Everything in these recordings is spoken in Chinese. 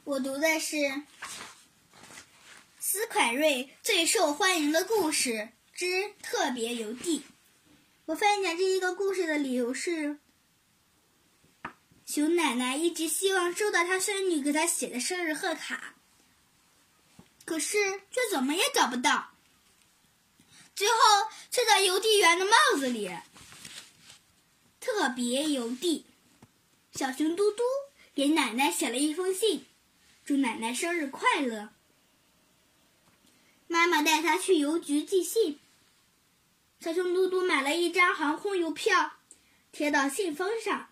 我读的是斯凯瑞最受欢迎的故事之特别邮递。我分享这一个故事的理由是，熊奶奶一直希望收到她孙女给她写的生日贺卡，可是却怎么也找不到，最后却在邮递员的帽子里。特别邮递，小熊嘟嘟给奶奶写了一封信，祝奶奶生日快乐。妈妈带她去邮局寄信，小熊嘟嘟买了一张航空邮票，贴到信封上。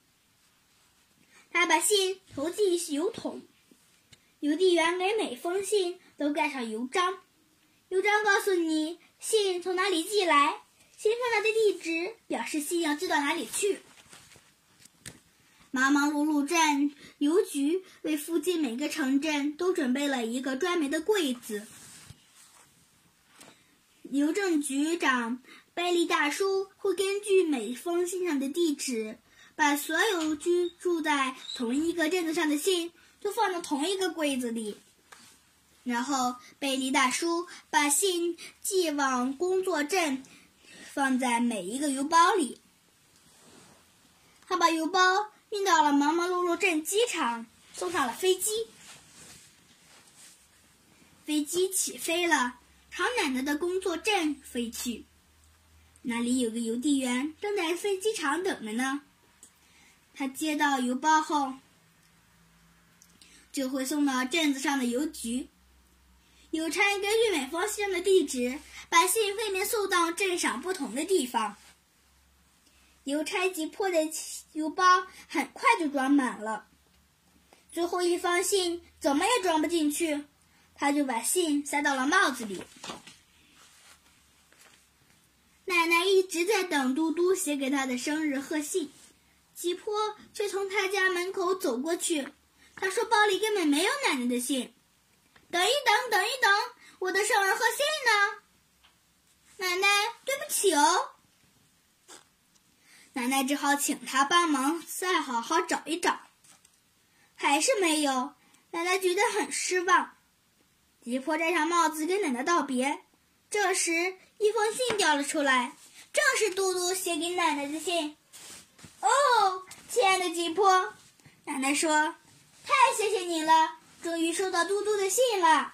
他把信投进邮筒，邮递员给每封信都盖上邮章，邮章告诉你信从哪里寄来，信上的地址表示信要寄到哪里去。忙忙碌碌镇邮局为附近每个城镇都准备了一个专门的柜子。邮政局长贝利大叔会根据每封信上的地址，把所有居住在同一个镇子上的信都放到同一个柜子里。然后贝利大叔把信寄往工作镇，放在每一个邮包里。他把邮包运到了忙忙碌碌镇机场，送上了飞机。飞机起飞了，朝奶奶的工作镇飞去。那里有个邮递员正在飞机场等着呢。他接到邮包后，就会送到镇子上的邮局。邮差根据每封信上的地址，把信分别送到镇上不同的地方。邮差急迫的邮包很快就装满了，最后一封信怎么也装不进去，他就把信塞到了帽子里。奶奶一直在等嘟嘟写给她的生日贺信，急迫却从他家门口走过去。他说包里根本没有奶奶的信。等一等，等一等，我的生日贺信呢？奶奶，对不起哦。奶奶只好请他帮忙再好好找一找，还是没有。奶奶觉得很失望，急迫摘上帽子跟奶奶道别。这时一封信掉了出来，正是嘟嘟写给奶奶的信。哦，亲爱的急迫，奶奶说，太谢谢你了，终于收到嘟嘟的信了。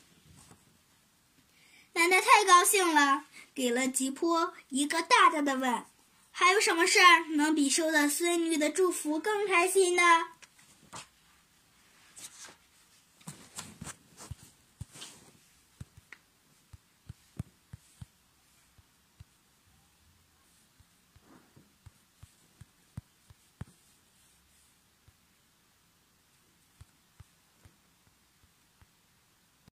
奶奶太高兴了，给了急迫一个大大的吻。还有什么事儿能比收到孙女的祝福更开心呢？